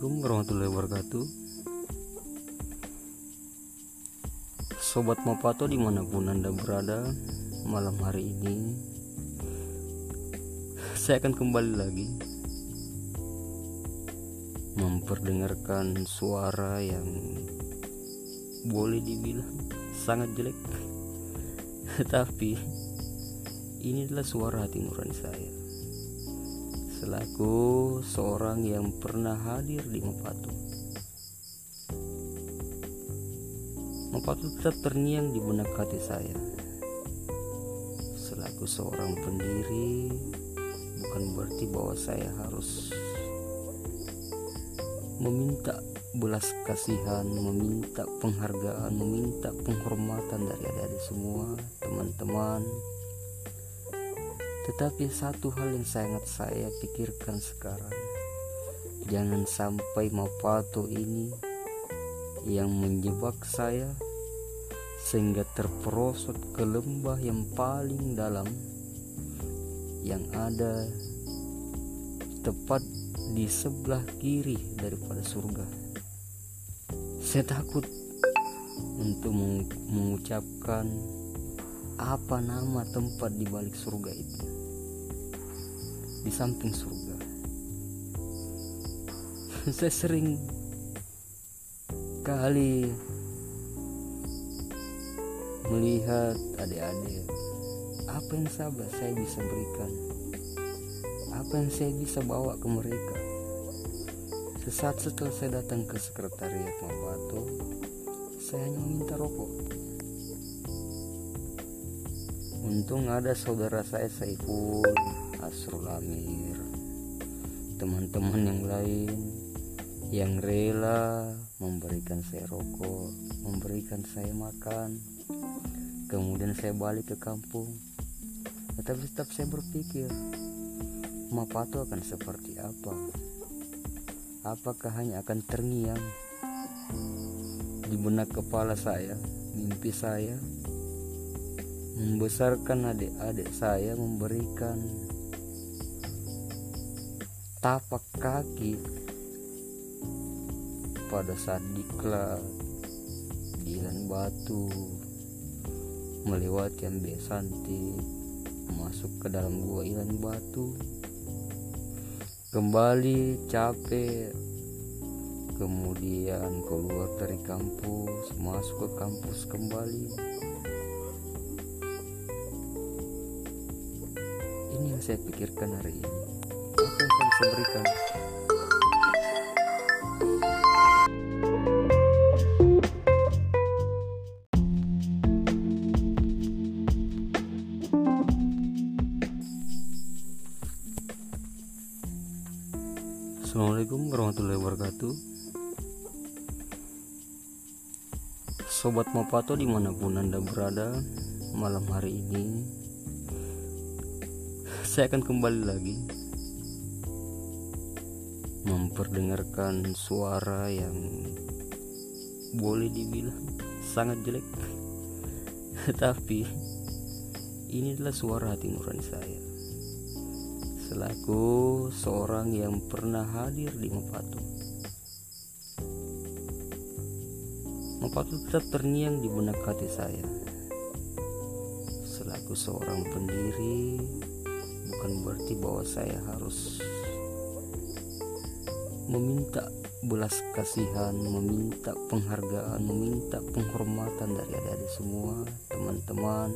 Assalamualaikum warahmatullahi wabarakatuh. Sobat Mapato dimanapun Anda berada, malam hari ini saya akan kembali lagi memperdengarkan suara yang boleh dibilang sangat jelek, tapi ini adalah suara hati nurani saya selaku seorang yang pernah hadir di Mapato. Mapato tetap terngiang di benak hati saya selaku seorang pendiri. Bukan berarti bahwa saya harus meminta belas kasihan, meminta penghargaan, meminta penghormatan dari adik-adik semua, teman-teman. Tetapi satu hal yang sangat saya pikirkan sekarang, jangan sampai Mapato ini yang menjebak saya sehingga terperosot ke lembah yang paling dalam yang ada tepat di sebelah kiri daripada surga. Saya takut untuk mengucapkan apa nama tempat di balik surga itu, di samping surga. Saya sering kali melihat adik-adik, apa yang saya bisa berikan, apa yang saya bisa bawa ke mereka. Sesaat setelah saya datang ke sekretariat Mapato, saya hanya meminta rokok. Untung ada saudara saya Saiful, Asrul Amir, teman-teman yang lain yang rela memberikan saya rokok, memberikan saya makan. Kemudian saya balik ke kampung. Tetapi tetap saya berpikir, Mapato akan seperti apa? Apakah hanya akan terngiang di benak kepala saya, mimpi saya membesarkan adik-adik saya, memberikan tapak kaki pada saat diklat di Ilan Batu, melewati Ambesanti, masuk ke dalam gua Ilan Batu, kembali capek, kemudian keluar dari kampus, masuk ke kampus kembali. Ini yang saya pikirkan hari ini. Apa yang saya bisa berikan? Assalamualaikum warahmatullahi wabarakatuh. Sobat Mapato dimanapun Anda berada, malam hari ini saya akan kembali lagi memperdengarkan suara yang boleh dibilang sangat jelek, tapi ini adalah suara hati nurani saya selaku seorang yang pernah hadir di Mapato. Mapato tetap terngiang di benak hati saya selaku seorang pendiri. Bukan berarti bahwa saya harus meminta belas kasihan, meminta penghargaan, meminta penghormatan dari adik-adik semua, teman-teman.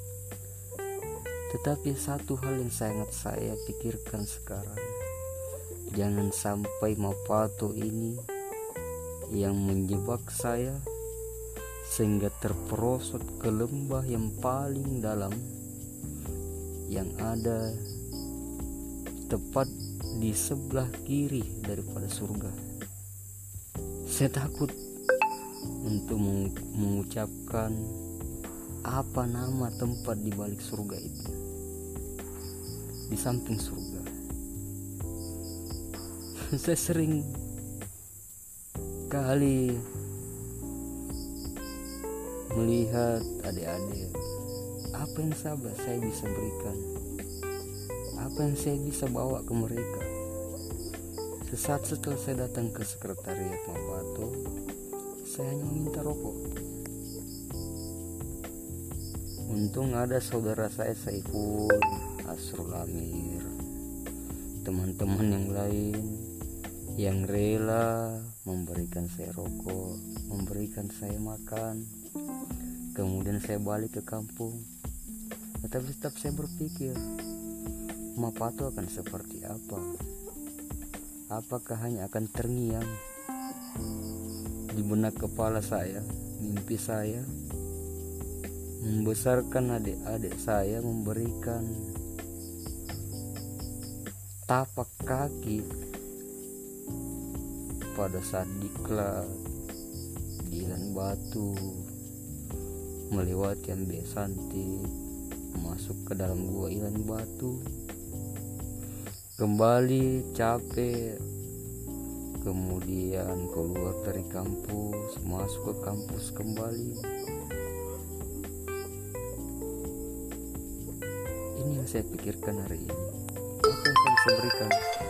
Tetapi satu hal yang sangat saya pikirkan sekarang, jangan sampai Mapato ini yang menjebak saya sehingga terperosot ke lembah yang paling dalam yang ada tepat di sebelah kiri daripada surga. Saya takut untuk mengucapkan apa nama tempat di balik surga itu, di samping surga. Saya sering kali melihat adik-adik, apa yang saya bisa berikan, apa yang saya bisa bawa ke mereka. Sesaat setelah saya datang ke sekretariat Mabato, saya hanya meminta rokok. Untung ada saudara saya Saiful, Asrul Amir, teman-teman yang lain yang rela memberikan saya rokok, memberikan saya makan. Kemudian saya balik ke kampung. Tetapi tetap saya berpikir, Mapato akan seperti apa? Apakah hanya akan terngiang di benak kepala saya, mimpi saya, membesarkan adik-adik saya, memberikan tapak kaki pada saat diklat di Ilan Batu, melewati Ambesanti, masuk ke dalam gua Ilan Batu, kembali capek, kemudian keluar dari kampus, masuk ke kampus kembali. Ini yang saya pikirkan hari ini. Apa yang saya bisa berikan?